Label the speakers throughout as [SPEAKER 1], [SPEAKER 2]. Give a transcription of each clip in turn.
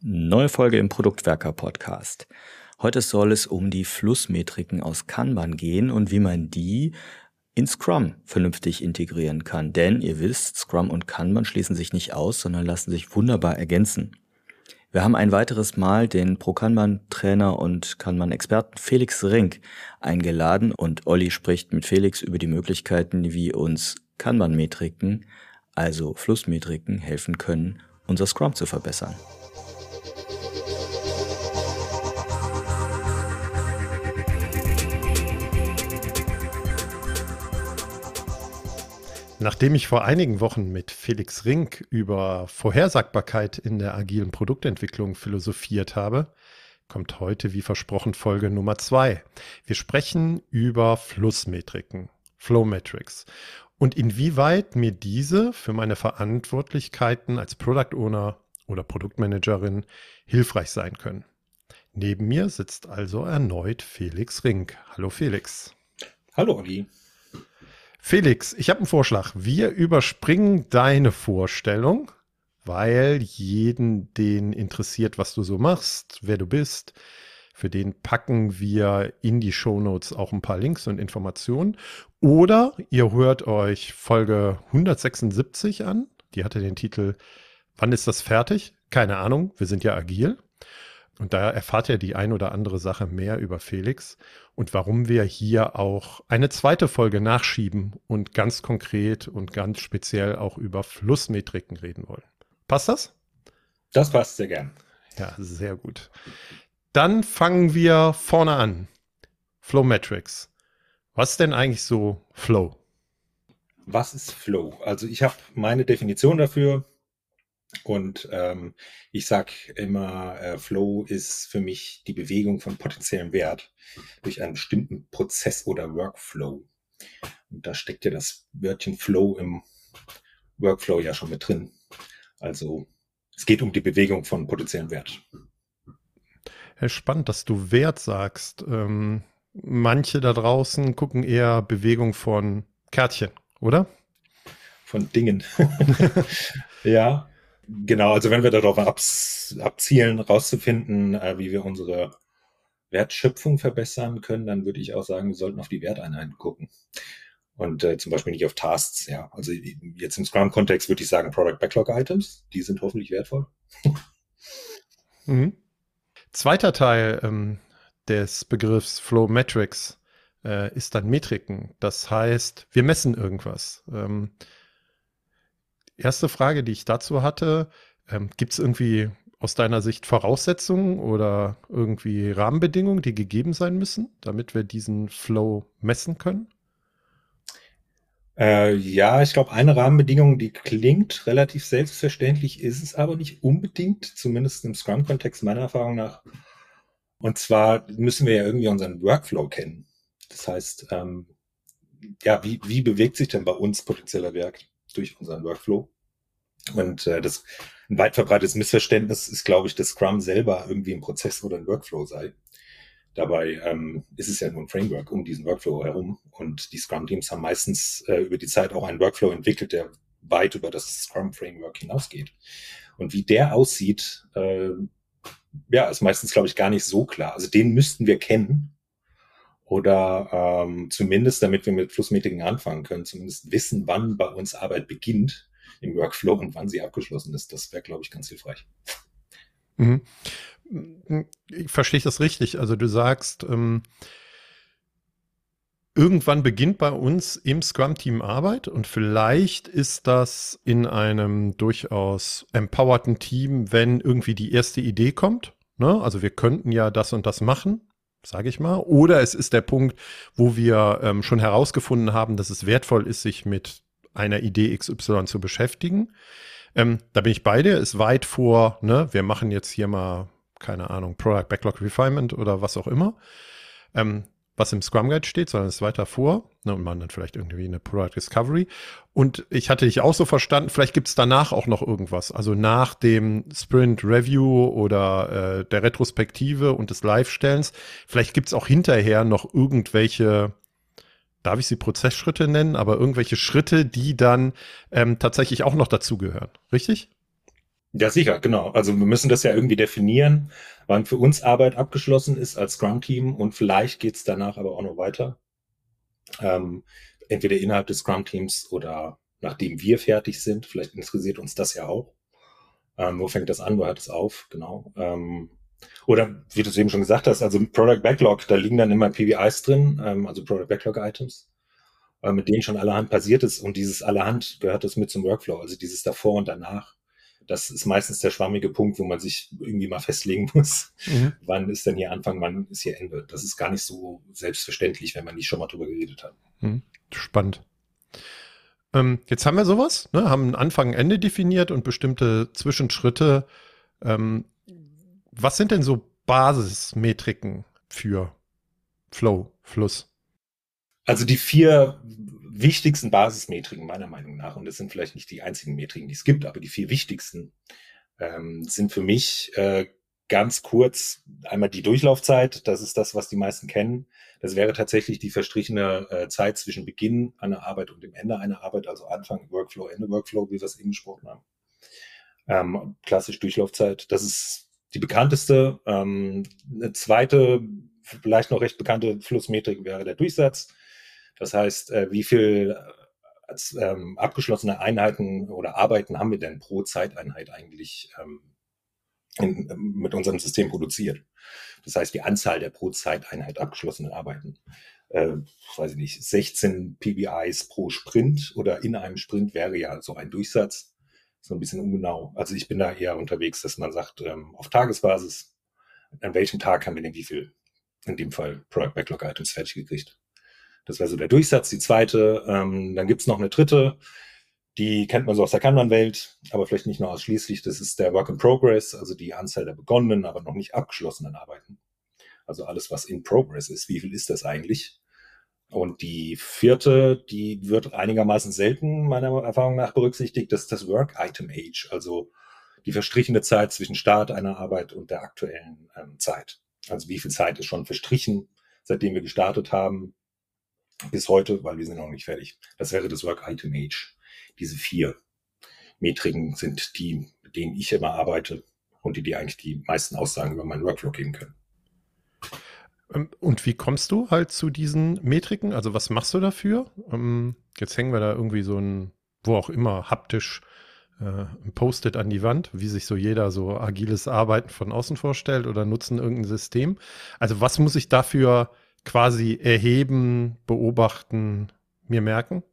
[SPEAKER 1] Neue Folge im Produktwerker-Podcast. Heute soll es um die Flussmetriken aus Kanban gehen und wie man die in Scrum vernünftig integrieren kann. Denn ihr wisst, Scrum und Kanban schließen sich nicht aus, sondern lassen sich wunderbar ergänzen. Wir haben ein weiteres Mal den Pro-Kanban-Trainer und Kanban-Experten Felix Rink eingeladen und Olli spricht mit Felix über die Möglichkeiten, wie uns Kanban-Metriken, also Flussmetriken, helfen können, unser Scrum zu verbessern.
[SPEAKER 2] Nachdem ich vor einigen Wochen mit Felix Rink über Vorhersagbarkeit in der agilen Produktentwicklung philosophiert habe, kommt heute wie versprochen Folge Nummer 2. Wir sprechen über Flussmetriken, Flow Metrics, und inwieweit mir diese für meine Verantwortlichkeiten als Product Owner oder Produktmanagerin hilfreich sein können. Neben mir sitzt also erneut Felix Rink. Hallo Felix.
[SPEAKER 3] Hallo Olli.
[SPEAKER 2] Felix, ich habe einen Vorschlag. Wir überspringen deine Vorstellung, weil jeden, den interessiert, was du so machst, wer du bist. Für den packen wir in die Shownotes auch ein paar Links und Informationen. Oder ihr hört euch Folge 176 an. Die hatte den Titel "Wann ist das fertig?" Keine Ahnung, wir sind ja agil. Und da erfahrt ihr die ein oder andere Sache mehr über Felix und warum wir hier auch eine zweite Folge nachschieben und ganz konkret und ganz speziell auch über Flussmetriken reden wollen. Passt das?
[SPEAKER 3] Das passt sehr gern.
[SPEAKER 2] Ja, sehr gut. Dann fangen wir vorne an. Flow Metrics. Was ist denn eigentlich so Flow?
[SPEAKER 3] Was ist Flow? Also ich habe meine Definition dafür. Und ich sag immer, Flow ist für mich die Bewegung von potenziellem Wert durch einen bestimmten Prozess oder Workflow. Und da steckt ja das Wörtchen Flow im Workflow ja schon mit drin. Also es geht um die Bewegung von potenziellem Wert.
[SPEAKER 2] Ja, spannend, dass du Wert sagst. Manche da draußen gucken eher Bewegung von Kärtchen, oder?
[SPEAKER 3] Von Dingen. Ja. Genau, also wenn wir darauf abzielen, rauszufinden, wie wir unsere Wertschöpfung verbessern können, dann würde ich auch sagen, wir sollten auf die Werteinheiten gucken. Und zum Beispiel nicht auf Tasks, ja. Also jetzt im Scrum-Kontext würde ich sagen Product Backlog Items, die sind hoffentlich wertvoll.
[SPEAKER 2] Mhm. Zweiter Teil des Begriffs Flow Metrics ist dann Metriken. Das heißt, wir messen irgendwas. Erste Frage, die ich dazu hatte, gibt es irgendwie aus deiner Sicht Voraussetzungen oder irgendwie Rahmenbedingungen, die gegeben sein müssen, damit wir diesen Flow messen können?
[SPEAKER 3] Ja, ich glaube, eine Rahmenbedingung, die klingt relativ selbstverständlich, ist es aber nicht unbedingt, zumindest im Scrum-Kontext meiner Erfahrung nach. Und zwar müssen wir ja irgendwie unseren Workflow kennen. Das heißt, ja, wie bewegt sich denn bei uns potenzieller Wert durch unseren Workflow? Und das ein weit verbreitetes Missverständnis ist, glaube ich, dass Scrum selber irgendwie ein Prozess oder ein Workflow sei. Dabei ist es ja nur ein Framework um diesen Workflow herum. Und die Scrum-Teams haben meistens über die Zeit auch einen Workflow entwickelt, der weit über das Scrum-Framework hinausgeht. Und wie der aussieht, ja, ist meistens, glaube ich, gar nicht so klar. Also den müssten wir kennen. Oder zumindest, damit wir mit Flussmetriken anfangen können, zumindest wissen, wann bei uns Arbeit beginnt im Workflow und wann sie abgeschlossen ist. Das wäre, glaube ich, ganz hilfreich.
[SPEAKER 2] Mhm. Verstehe ich das richtig? Also du sagst, irgendwann beginnt bei uns im Scrum-Team Arbeit und vielleicht ist das in einem durchaus empowerten Team, wenn irgendwie die erste Idee kommt. Ne? Also wir könnten ja das und das machen, sage ich mal. Oder es ist der Punkt, wo wir schon herausgefunden haben, dass es wertvoll ist, sich mit einer Idee XY zu beschäftigen. Da bin ich bei dir, ist weit vor, ne, wir machen jetzt hier mal, keine Ahnung, Product Backlog Refinement oder was auch immer, was im Scrum Guide steht, sondern ist weiter vor, ne, und man dann vielleicht irgendwie eine Product Discovery. Und ich hatte dich auch so verstanden, vielleicht gibt es danach auch noch irgendwas, also nach dem Sprint Review oder der Retrospektive und des Live-Stellens, vielleicht gibt es auch hinterher noch irgendwelche, darf ich sie Prozessschritte nennen, aber irgendwelche Schritte, die dann tatsächlich auch noch dazugehören. Richtig?
[SPEAKER 3] Ja, sicher, genau. Also wir müssen das ja irgendwie definieren, wann für uns Arbeit abgeschlossen ist als Scrum-Team und vielleicht geht's danach aber auch noch weiter. Entweder innerhalb des Scrum-Teams oder nachdem wir fertig sind. Vielleicht interessiert uns das ja auch. Wo fängt das an? Wo hört es auf? Genau. Oder wie du es eben schon gesagt hast, also Product Backlog, da liegen dann immer PBIs drin, also Product Backlog Items, mit denen schon allerhand passiert ist. Und dieses allerhand gehört das mit zum Workflow, also dieses davor und danach. Das ist meistens der schwammige Punkt, wo man sich irgendwie mal festlegen muss. Wann ist denn hier Anfang, wann ist hier Ende? Das ist gar nicht so selbstverständlich, wenn man nicht schon mal drüber geredet hat.
[SPEAKER 2] Spannend. Jetzt haben wir sowas, ne? Haben ein Anfang, ein Ende definiert und bestimmte Zwischenschritte. Was sind denn so Basismetriken für Fluss?
[SPEAKER 3] Also die 4 wichtigsten Basismetriken meiner Meinung nach, und das sind vielleicht nicht die einzigen Metriken, die es gibt, aber die 4 wichtigsten sind für mich ganz kurz einmal die Durchlaufzeit. Das ist das, was die meisten kennen. Das wäre tatsächlich die verstrichene Zeit zwischen Beginn einer Arbeit und dem Ende einer Arbeit, also Anfang Workflow, Ende Workflow, wie wir es eben gesprochen haben. Klassisch Durchlaufzeit. Das ist die bekannteste. Eine zweite, vielleicht noch recht bekannte Flussmetrik wäre der Durchsatz. Das heißt, wie viel abgeschlossene Einheiten oder Arbeiten haben wir denn pro Zeiteinheit eigentlich mit unserem System produziert. Das heißt, die Anzahl der pro Zeiteinheit abgeschlossenen Arbeiten. Weiß ich nicht, 16 PBIs pro Sprint oder in einem Sprint wäre ja so ein Durchsatz. So ein bisschen ungenau. Also ich bin da eher unterwegs, dass man sagt, auf Tagesbasis, an welchem Tag haben wir denn wie viel, in dem Fall Product Backlog Items fertig gekriegt. Das wäre so der Durchsatz. Die zweite, dann gibt's noch eine dritte, die kennt man so aus der Kanban-Welt, aber vielleicht nicht nur ausschließlich. Das ist der Work in Progress, also die Anzahl der begonnenen, aber noch nicht abgeschlossenen Arbeiten. Also alles, was in Progress ist. Wie viel ist das eigentlich? Und die vierte, die wird einigermaßen selten meiner Erfahrung nach berücksichtigt, das ist das Work Item Age, also die verstrichene Zeit zwischen Start einer Arbeit und der aktuellen Zeit. Also wie viel Zeit ist schon verstrichen, seitdem wir gestartet haben, bis heute, weil wir sind noch nicht fertig. Das wäre das Work Item Age. Diese 4 Metriken sind die, mit denen ich immer arbeite und die eigentlich die meisten Aussagen über meinen Workflow geben können.
[SPEAKER 2] Und wie kommst du halt zu diesen Metriken? Also was machst du dafür? Jetzt hängen wir da irgendwie so ein, wo auch immer, haptisch ein Post-it an die Wand, wie sich so jeder so agiles Arbeiten von außen vorstellt oder nutzen irgendein System. Also was muss ich dafür quasi erheben, beobachten, mir merken?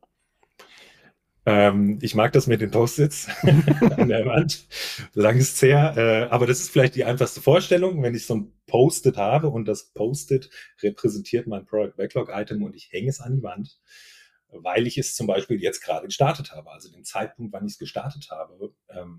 [SPEAKER 3] Ich mag das mit den Post-its an der Wand. Lang ist es her. Aber das ist vielleicht die einfachste Vorstellung, wenn ich so ein Post-it habe und das Post-it repräsentiert mein Product Backlog Item und ich hänge es an die Wand, weil ich es zum Beispiel jetzt gerade gestartet habe. Also den Zeitpunkt, wann ich es gestartet habe,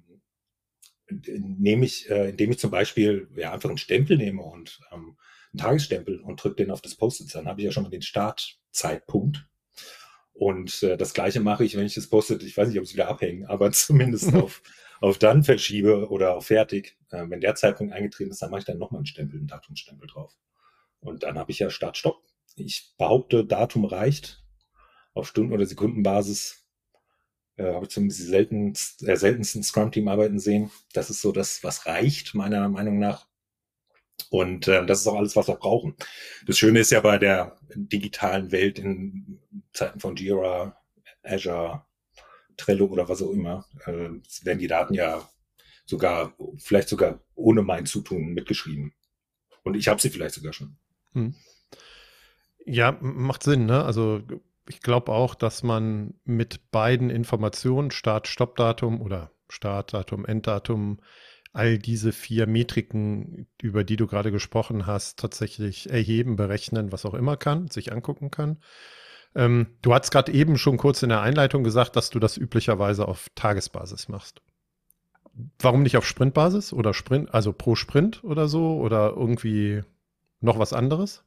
[SPEAKER 3] indem ich zum Beispiel einfach einen Stempel nehme und einen Tagesstempel und drücke den auf das Post-it. Dann habe ich ja schon mal den Startzeitpunkt. Und das Gleiche mache ich, wenn ich das Post-it, ich weiß nicht, ob es wieder abhängen, aber zumindest auf dann verschiebe oder auf fertig. Wenn der Zeitpunkt eingetreten ist, dann mache ich dann nochmal einen Stempel, einen Datumstempel drauf. Und dann habe ich ja Start-Stopp. Ich behaupte, Datum reicht. Auf Stunden- oder Sekundenbasis habe ich zumindest die seltensten Scrum-Team-Arbeiten sehen. Das ist so das, was reicht, meiner Meinung nach. Und das ist auch alles, was wir brauchen. Das Schöne ist ja bei der digitalen Welt in Zeiten von Jira, Azure, Trello oder was auch immer, werden die Daten ja vielleicht sogar ohne mein Zutun mitgeschrieben. Und ich habe sie vielleicht sogar schon.
[SPEAKER 2] Ja, macht Sinn, ne? Also ich glaube auch, dass man mit beiden Informationen, Start, Stoppdatum oder Startdatum, Enddatum, all diese 4 Metriken, über die du gerade gesprochen hast, tatsächlich erheben, berechnen, was auch immer kann, sich angucken kann. Du hast gerade eben schon kurz in der Einleitung gesagt, dass du das üblicherweise auf Tagesbasis machst. Warum nicht auf Sprintbasis oder Sprint, also pro Sprint oder so oder irgendwie noch was anderes?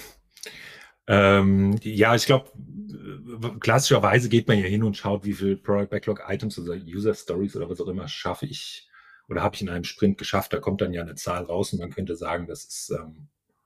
[SPEAKER 3] Ja, ich glaube, klassischerweise geht man ja hin und schaut, wie viel Product Backlog Items oder User Stories oder was auch immer schaffe ich oder habe ich in einem Sprint geschafft. Da kommt dann ja eine Zahl raus und man könnte sagen, das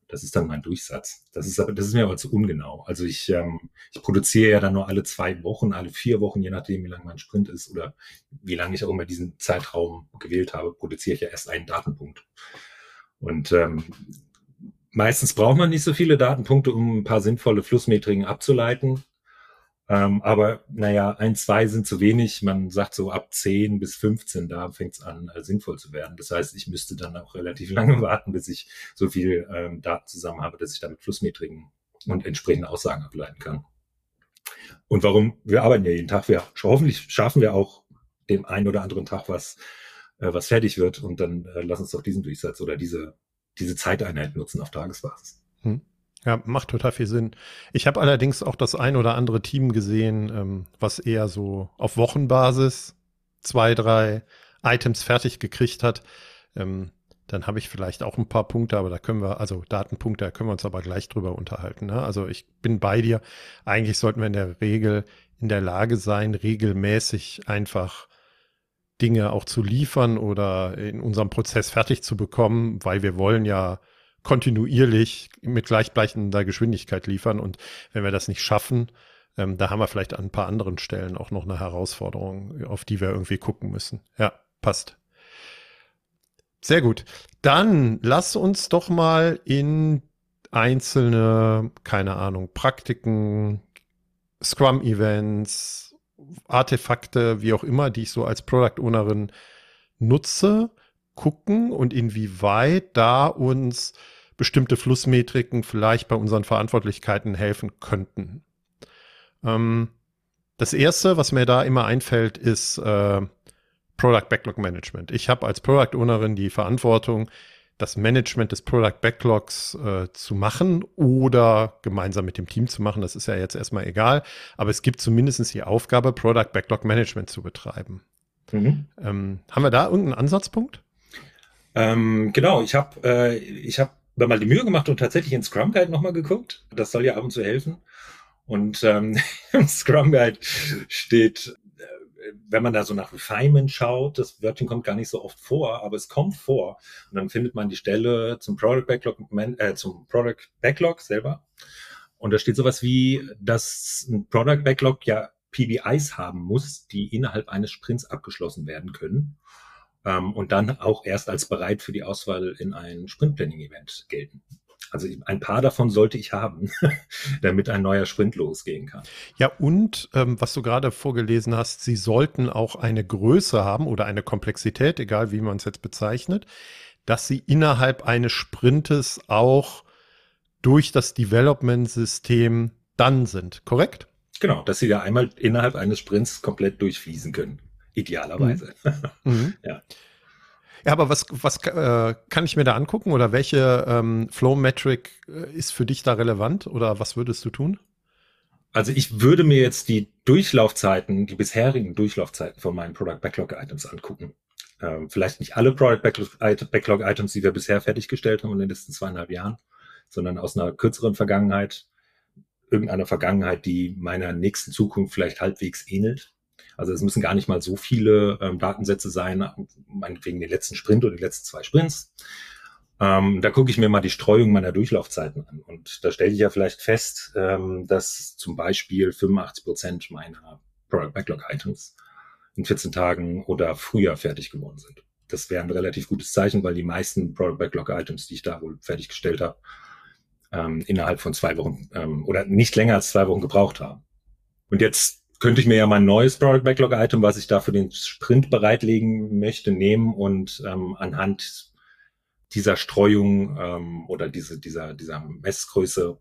[SPEAKER 3] Das ist dann mein Durchsatz. Das ist mir aber zu ungenau. Also ich produziere ja dann nur alle 2 Wochen, alle 4 Wochen, je nachdem, wie lang mein Sprint ist oder wie lange ich auch immer diesen Zeitraum gewählt habe, produziere ich ja erst einen Datenpunkt. Und meistens braucht man nicht so viele Datenpunkte, um ein paar sinnvolle Flussmetriken abzuleiten. Aber naja, 1, 2 sind zu wenig. Man sagt so ab 10 bis 15, da fängt es an, sinnvoll zu werden. Das heißt, ich müsste dann auch relativ lange warten, bis ich so viel Daten zusammen habe, dass ich damit Flussmetriken und entsprechende Aussagen ableiten kann. Und warum? Wir arbeiten ja jeden Tag. Hoffentlich schaffen wir auch dem einen oder anderen Tag was fertig wird. Und dann lass uns doch diesen Durchsatz oder diese Zeiteinheit nutzen auf Tagesbasis.
[SPEAKER 2] Ja, macht total viel Sinn. Ich habe allerdings auch das ein oder andere Team gesehen, was eher so auf Wochenbasis 2, 3 Items fertig gekriegt hat. Dann habe ich vielleicht auch ein paar Punkte, aber Datenpunkte, da können wir uns aber gleich drüber unterhalten. Ne? Also ich bin bei dir. Eigentlich sollten wir in der Regel in der Lage sein, regelmäßig einfach Dinge auch zu liefern oder in unserem Prozess fertig zu bekommen, weil wir wollen ja kontinuierlich mit gleichbleibender Geschwindigkeit liefern. Und wenn wir das nicht schaffen, da haben wir vielleicht an ein paar anderen Stellen auch noch eine Herausforderung, auf die wir irgendwie gucken müssen. Ja, passt. Sehr gut. Dann lass uns doch mal in einzelne, keine Ahnung, Praktiken, Scrum-Events, Artefakte, wie auch immer, die ich so als Product Ownerin nutze, gucken und inwieweit da uns bestimmte Flussmetriken vielleicht bei unseren Verantwortlichkeiten helfen könnten. Das erste, was mir da immer einfällt, ist Product Backlog Management. Ich habe als Product Ownerin die Verantwortung, das Management des Product Backlogs zu machen oder gemeinsam mit dem Team zu machen. Das ist ja jetzt erstmal egal, aber es gibt zumindest die Aufgabe, Product Backlog Management zu betreiben. Haben wir da irgendeinen Ansatzpunkt?
[SPEAKER 3] Genau, ich habe mir mal die Mühe gemacht und tatsächlich in Scrum Guide nochmal geguckt. Das soll ja ab und zu helfen. Und im Scrum Guide steht, wenn man da so nach Refinement schaut, das Wörtchen kommt gar nicht so oft vor, aber es kommt vor. Und dann findet man die Stelle zum Product Backlog selber. Und da steht sowas wie, dass ein Product Backlog ja PBIs haben muss, die innerhalb eines Sprints abgeschlossen werden können. Und dann auch erst als bereit für die Auswahl in ein Sprint-Planning-Event gelten. Also ein paar davon sollte ich haben, damit ein neuer Sprint losgehen kann.
[SPEAKER 2] Ja, und was du gerade vorgelesen hast, sie sollten auch eine Größe haben oder eine Komplexität, egal wie man es jetzt bezeichnet, dass sie innerhalb eines Sprintes auch durch das Development-System dann sind, korrekt?
[SPEAKER 3] Genau, dass sie da einmal innerhalb eines Sprints komplett durchfließen können. Idealerweise.
[SPEAKER 2] Ja. Ja, aber was kann ich mir da angucken oder welche Flow-Metric ist für dich da relevant oder was würdest du tun?
[SPEAKER 3] Also ich würde mir jetzt die bisherigen Durchlaufzeiten von meinen Product Backlog Items angucken. Vielleicht nicht alle Product Backlog Items, die wir bisher fertiggestellt haben in den letzten 2,5 Jahren, sondern aus einer kürzeren Vergangenheit, irgendeiner Vergangenheit, die meiner nächsten Zukunft vielleicht halbwegs ähnelt. Also es müssen gar nicht mal so viele Datensätze sein, meinetwegen den letzten Sprint oder die letzten 2 Sprints. Da gucke ich mir mal die Streuung meiner Durchlaufzeiten an. Und da stelle ich ja vielleicht fest, dass zum Beispiel 85% meiner Product Backlog Items in 14 Tagen oder früher fertig geworden sind. Das wäre ein relativ gutes Zeichen, weil die meisten Product Backlog Items, die ich da wohl fertiggestellt habe, innerhalb von 2 Wochen oder nicht länger als 2 Wochen gebraucht haben. Und jetzt könnte ich mir ja mein neues Product Backlog Item, was ich da für den Sprint bereitlegen möchte, nehmen und anhand dieser Streuung oder dieser Messgröße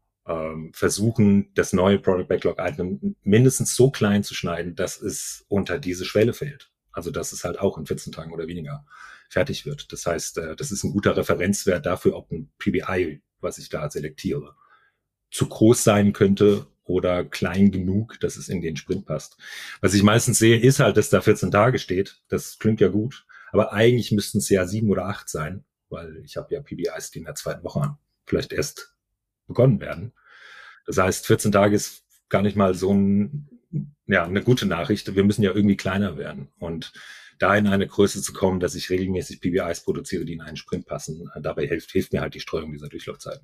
[SPEAKER 3] versuchen, das neue Product Backlog Item mindestens so klein zu schneiden, dass es unter diese Schwelle fällt. Also dass es halt auch in 14 Tagen oder weniger fertig wird. Das heißt, das ist ein guter Referenzwert dafür, ob ein PBI, was ich da selektiere, zu groß sein könnte oder klein genug, dass es in den Sprint passt. Was ich meistens sehe, ist halt, dass da 14 Tage steht. Das klingt ja gut. Aber eigentlich müssten es ja 7 oder 8 sein, weil ich habe ja PBIs, die in der 2. Woche vielleicht erst begonnen werden. Das heißt, 14 Tage ist gar nicht mal so eine gute Nachricht. Wir müssen ja irgendwie kleiner werden. Und da in eine Größe zu kommen, dass ich regelmäßig PBIs produziere, die in einen Sprint passen. Dabei hilft mir halt die Streuung dieser Durchlaufzeiten.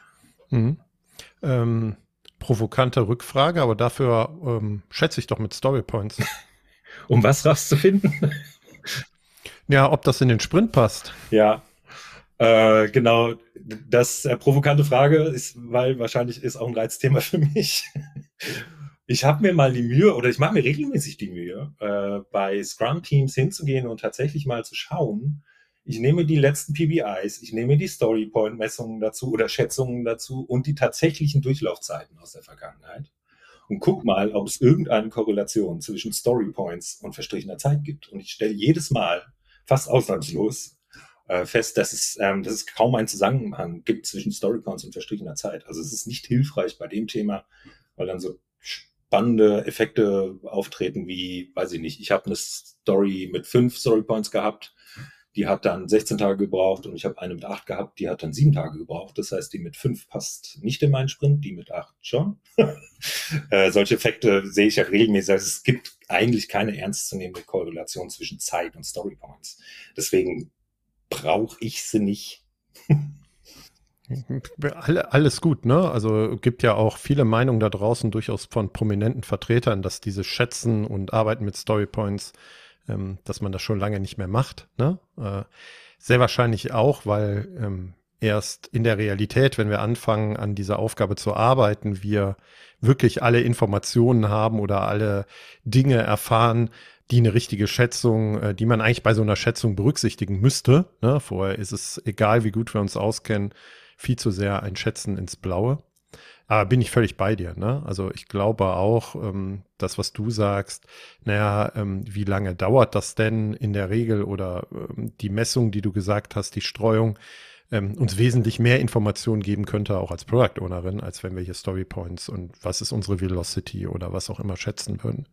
[SPEAKER 2] Provokante Rückfrage, aber dafür schätze ich doch mit Storypoints.
[SPEAKER 3] Um was rauszufinden?
[SPEAKER 2] Ja, ob das in den Sprint passt.
[SPEAKER 3] Ja, genau. Das provokante Frage ist, weil wahrscheinlich ist auch ein Reizthema für mich. Ich habe mir mal die Mühe, oder ich mache mir regelmäßig die Mühe, bei Scrum-Teams hinzugehen und tatsächlich mal zu schauen. Ich nehme die letzten PBIs, ich nehme die Storypoint-Messungen dazu oder Schätzungen dazu und die tatsächlichen Durchlaufzeiten aus der Vergangenheit und guck mal, ob es irgendeine Korrelation zwischen Storypoints und verstrichener Zeit gibt. Und ich stelle jedes Mal, fast ausnahmslos, fest, dass es kaum einen Zusammenhang gibt zwischen Storypoints und verstrichener Zeit. Also es ist nicht hilfreich bei dem Thema, weil dann so spannende Effekte auftreten wie, weiß ich nicht, ich habe eine Story mit 5 Storypoints gehabt, die hat dann 16 Tage gebraucht und ich habe eine mit 8 gehabt, die hat dann 7 Tage gebraucht. Das heißt, die mit 5 passt nicht in meinen Sprint, die mit 8 schon. Solche Effekte sehe ich ja regelmäßig. Also es gibt eigentlich keine ernstzunehmende Korrelation zwischen Zeit und Storypoints. Deswegen brauche ich sie nicht.
[SPEAKER 2] Alles gut, ne? Also gibt ja auch viele Meinungen da draußen, durchaus von prominenten Vertretern, dass diese Schätzen und Arbeiten mit Storypoints, dass man das schon lange nicht mehr macht, ne? Sehr wahrscheinlich auch, weil erst in der Realität, wenn wir anfangen, an dieser Aufgabe zu arbeiten, wir wirklich alle Informationen haben oder alle Dinge erfahren, die eine richtige Schätzung, die man eigentlich bei so einer Schätzung berücksichtigen müsste, ne? Vorher ist es, egal wie gut wir uns auskennen, viel zu sehr ein Schätzen ins Blaue. Aber bin ich völlig bei dir, ne? Also ich glaube auch, das, was du sagst, naja, wie lange dauert das denn in der Regel oder die Messung, die du gesagt hast, die Streuung, uns wesentlich mehr Informationen geben könnte, auch als Product Ownerin, als wenn wir hier Story Points und was ist unsere Velocity oder was auch immer schätzen würden.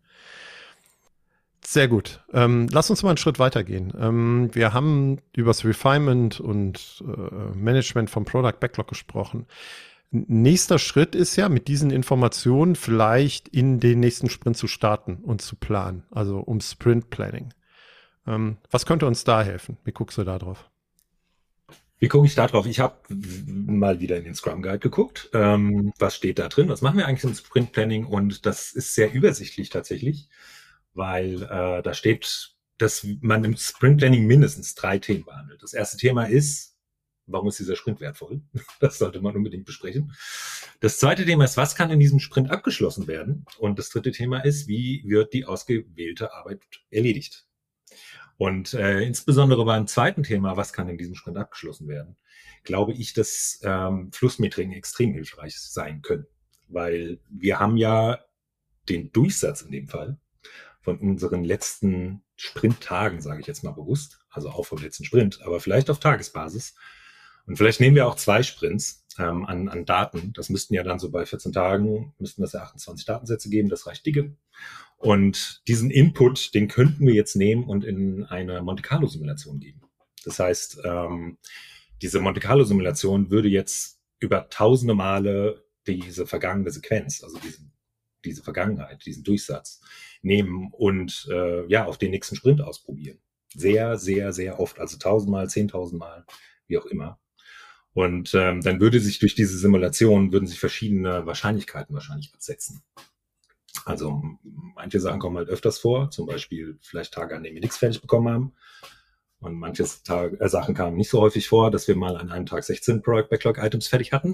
[SPEAKER 2] Sehr gut. Lass uns mal einen Schritt weitergehen. Wir haben über das Refinement und Management vom Product Backlog gesprochen. Nächster Schritt ist ja, mit diesen Informationen vielleicht in den nächsten Sprint zu starten und zu planen, also um Sprint Planning. Was könnte uns da helfen? Wie guckst du da drauf?
[SPEAKER 3] Wie gucke ich da drauf? Ich habe mal wieder in den Scrum Guide geguckt. Was steht da drin? Was machen wir eigentlich im Sprint Planning? Und das ist sehr übersichtlich tatsächlich, weil da steht, dass man im Sprint Planning mindestens 3 Themen behandelt. Das erste Thema ist, warum ist dieser Sprint wertvoll? Das sollte man unbedingt besprechen. Das zweite Thema ist, was kann in diesem Sprint abgeschlossen werden? Und das dritte Thema ist, wie wird die ausgewählte Arbeit erledigt? Und insbesondere beim zweiten Thema, was kann in diesem Sprint abgeschlossen werden, glaube ich, dass Flussmetriken extrem hilfreich sein können. Weil wir haben ja den Durchsatz in dem Fall von unseren letzten Sprinttagen, sage ich jetzt mal bewusst, also auch vom letzten Sprint, aber vielleicht auf Tagesbasis. Und vielleicht nehmen wir auch 2 Sprints an Daten. Das müssten ja dann so bei 14 Tagen, müssten das ja 28 Datensätze geben, das reicht dicke. Und diesen Input, den könnten wir jetzt nehmen und in eine Monte Carlo Simulation geben. Das heißt, diese Monte Carlo Simulation würde jetzt über tausende Male diese vergangene Sequenz, also diese Vergangenheit, diesen Durchsatz nehmen und auf den nächsten Sprint ausprobieren. Sehr, sehr, sehr oft, also 1000-mal, 10.000-mal, wie auch immer. Und dann würde sich durch diese Simulation, würden sich verschiedene Wahrscheinlichkeiten wahrscheinlich absetzen. Also manche Sachen kommen halt öfters vor, zum Beispiel vielleicht Tage, an denen wir nichts fertig bekommen haben. Und manche Sachen kamen nicht so häufig vor, dass wir mal an einem Tag 16 Product Backlog Items fertig hatten.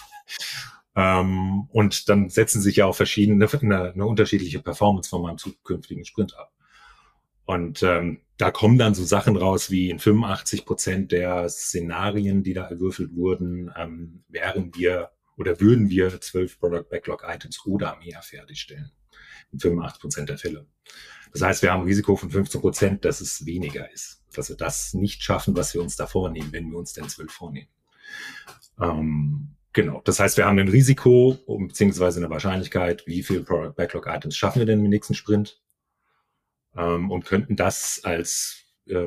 [SPEAKER 3] Und dann setzen sich ja auch verschiedene, eine unterschiedliche Performance von meinem zukünftigen Sprint ab. Und da kommen dann so Sachen raus wie in 85% der Szenarien, die da erwürfelt wurden, würden wir 12 Product Backlog Items oder mehr fertigstellen. In 85% der Fälle. Das heißt, wir haben ein Risiko von 15%, dass es weniger ist. Dass wir das nicht schaffen, was wir uns da vornehmen, wenn wir uns denn 12 vornehmen. Genau. Das heißt, wir haben ein Risiko, beziehungsweise eine Wahrscheinlichkeit, wie viele Product Backlog Items schaffen wir denn im nächsten Sprint? Und könnten das als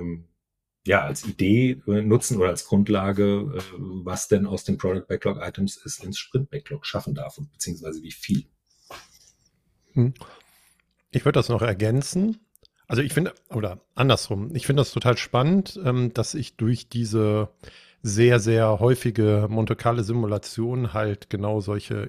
[SPEAKER 3] Idee nutzen oder als Grundlage, was denn aus den Product Backlog Items es ins Sprint Backlog schaffen darf, beziehungsweise wie viel.
[SPEAKER 2] Ich würde das noch ergänzen. Also ich finde, oder andersrum, ich finde das total spannend, dass ich durch diese sehr, sehr häufige Monte-Carlo-Simulation halt genau solche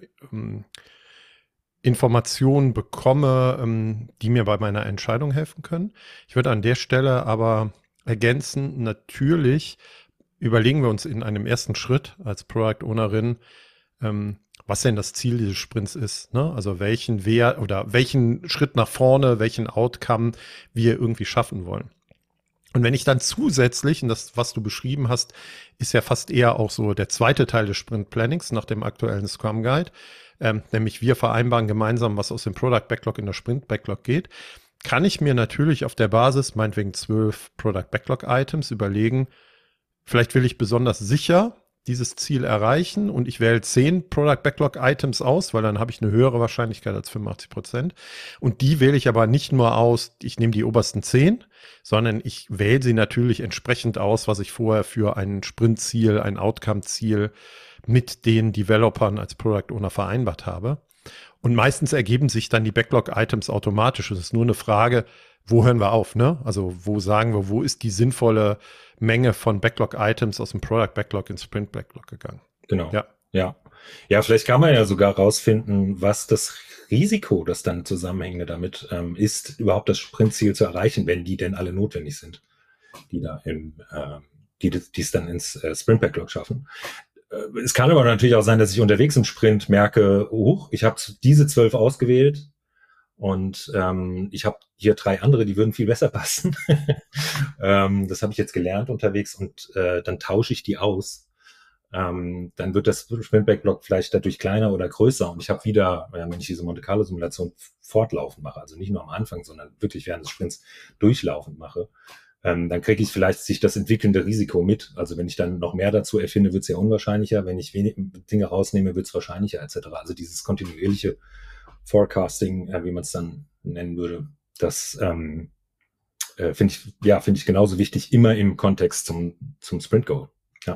[SPEAKER 2] Informationen bekomme, die mir bei meiner Entscheidung helfen können. Ich würde an der Stelle aber ergänzen, natürlich überlegen wir uns in einem ersten Schritt als Product Ownerin, was denn das Ziel dieses Sprints ist, ne? Also welchen Wert oder welchen Schritt nach vorne, welchen Outcome wir irgendwie schaffen wollen. Und wenn ich dann zusätzlich, und das, was du beschrieben hast, ist ja fast eher auch so der zweite Teil des Sprint Plannings nach dem aktuellen Scrum Guide, nämlich wir vereinbaren gemeinsam, was aus dem Product Backlog in der Sprint Backlog geht, kann ich mir natürlich auf der Basis, meinetwegen 12 Product Backlog Items überlegen, vielleicht will ich besonders sicher dieses Ziel erreichen und ich wähle 10 Product Backlog Items aus, weil dann habe ich eine höhere Wahrscheinlichkeit als 85%. Und die wähle ich aber nicht nur aus, ich nehme die obersten 10, sondern ich wähle sie natürlich entsprechend aus, was ich vorher für ein Sprintziel, ein Outcome-Ziel mit den Developern als Product Owner vereinbart habe. Und meistens ergeben sich dann die Backlog-Items automatisch. Es ist nur eine Frage, wo hören wir auf, ne? Also wo sagen wir, wo ist die sinnvolle Menge von Backlog-Items aus dem Product-Backlog ins Sprint-Backlog gegangen?
[SPEAKER 3] Genau. Ja. Ja, vielleicht kann man ja sogar rausfinden, was das Risiko, das dann Zusammenhängende damit ist, überhaupt das Sprintziel zu erreichen, wenn die denn alle notwendig sind, die da die es dann ins Sprint-Backlog schaffen. Es kann aber natürlich auch sein, dass ich unterwegs im Sprint merke, ich habe diese 12 ausgewählt und ich habe hier 3 andere, die würden viel besser passen. Das habe ich jetzt gelernt unterwegs und dann tausche ich die aus. Dann wird das Sprint-Backlog vielleicht dadurch kleiner oder größer und ich habe wieder, wenn ich diese Monte-Carlo-Simulation fortlaufend mache, also nicht nur am Anfang, sondern wirklich während des Sprints durchlaufend mache, dann kriege ich vielleicht sich das entwickelnde Risiko mit. Also wenn ich dann noch mehr dazu erfinde, wird es ja unwahrscheinlicher. Wenn ich wenig Dinge rausnehme, wird es wahrscheinlicher etc. Also dieses kontinuierliche Forecasting, wie man es dann nennen würde, das finde ich genauso wichtig, immer im Kontext zum Sprint Goal.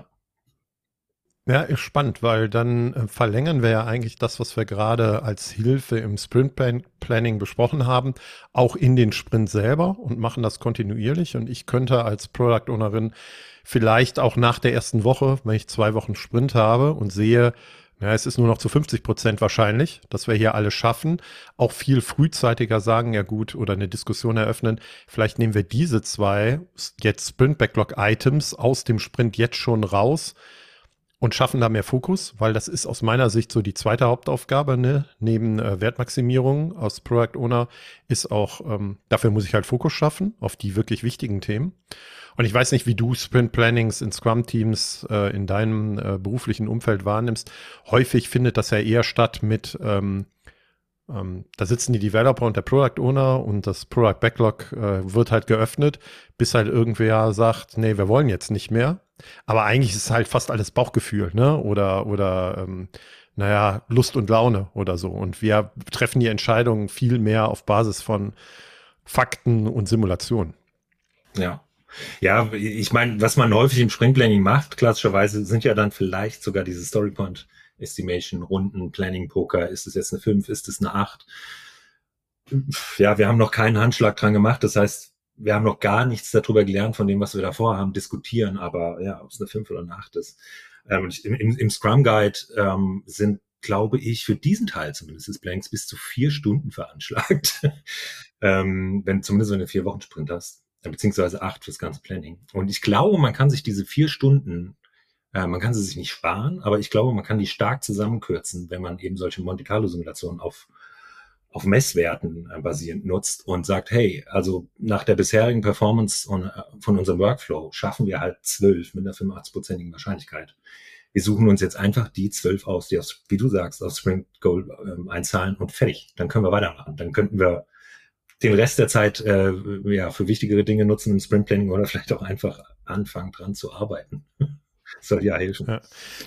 [SPEAKER 2] Ja, ist spannend, weil dann verlängern wir ja eigentlich das, was wir gerade als Hilfe im Sprint-Planning besprochen haben, auch in den Sprint selber und machen das kontinuierlich. Und ich könnte als Product Ownerin vielleicht auch nach der ersten Woche, wenn ich 2 Wochen Sprint habe und sehe, es ist nur noch zu 50% wahrscheinlich, dass wir hier alles schaffen, auch viel frühzeitiger sagen, ja gut, oder eine Diskussion eröffnen, vielleicht nehmen wir diese 2 jetzt Sprint-Backlog-Items aus dem Sprint jetzt schon raus, und schaffen da mehr Fokus, weil das ist aus meiner Sicht so die zweite Hauptaufgabe, ne? Neben Wertmaximierung aus Product Owner ist auch, dafür muss ich halt Fokus schaffen auf die wirklich wichtigen Themen. Und ich weiß nicht, wie du Sprint Plannings in Scrum-Teams in deinem beruflichen Umfeld wahrnimmst. Häufig findet das ja eher statt mit, da sitzen die Developer und der Product Owner und das Product Backlog wird halt geöffnet, bis halt irgendwer sagt, nee, wir wollen jetzt nicht mehr. Aber eigentlich ist es halt fast alles Bauchgefühl, ne? Oder Lust und Laune oder so. Und wir treffen die Entscheidungen viel mehr auf Basis von Fakten und Simulationen.
[SPEAKER 3] Ja. Ja, ich meine, was man häufig im Sprintplanning macht, klassischerweise sind ja dann vielleicht sogar diese Storypoint Estimation, Runden, Planning, Poker. Ist es jetzt eine 5? Ist es eine 8? Ja, wir haben noch keinen Handschlag dran gemacht. Das heißt, wir haben noch gar nichts darüber gelernt von dem, was wir davor haben, diskutieren. Aber ja, ob es eine 5 oder eine 8 ist. Im Scrum Guide sind, glaube ich, für diesen Teil zumindest des Planks bis zu 4 Stunden veranschlagt. Zumindest wenn du 4 Wochen Sprint hast. Beziehungsweise 8 fürs ganze Planning. Und ich glaube, man kann sich diese 4 Stunden man kann sie sich nicht sparen, aber ich glaube, man kann die stark zusammenkürzen, wenn man eben solche Monte Carlo Simulationen auf Messwerten basierend nutzt und sagt, hey, also nach der bisherigen Performance von unserem Workflow schaffen wir halt 12 mit einer 85%igen Wahrscheinlichkeit. Wir suchen uns jetzt einfach die 12 aus, die wie du sagst, auf Sprint Goal einzahlen und fertig. Dann können wir weitermachen. Dann könnten wir den Rest der Zeit für wichtigere Dinge nutzen im Sprint Planning oder vielleicht auch einfach anfangen dran zu arbeiten. Soll ja helfen.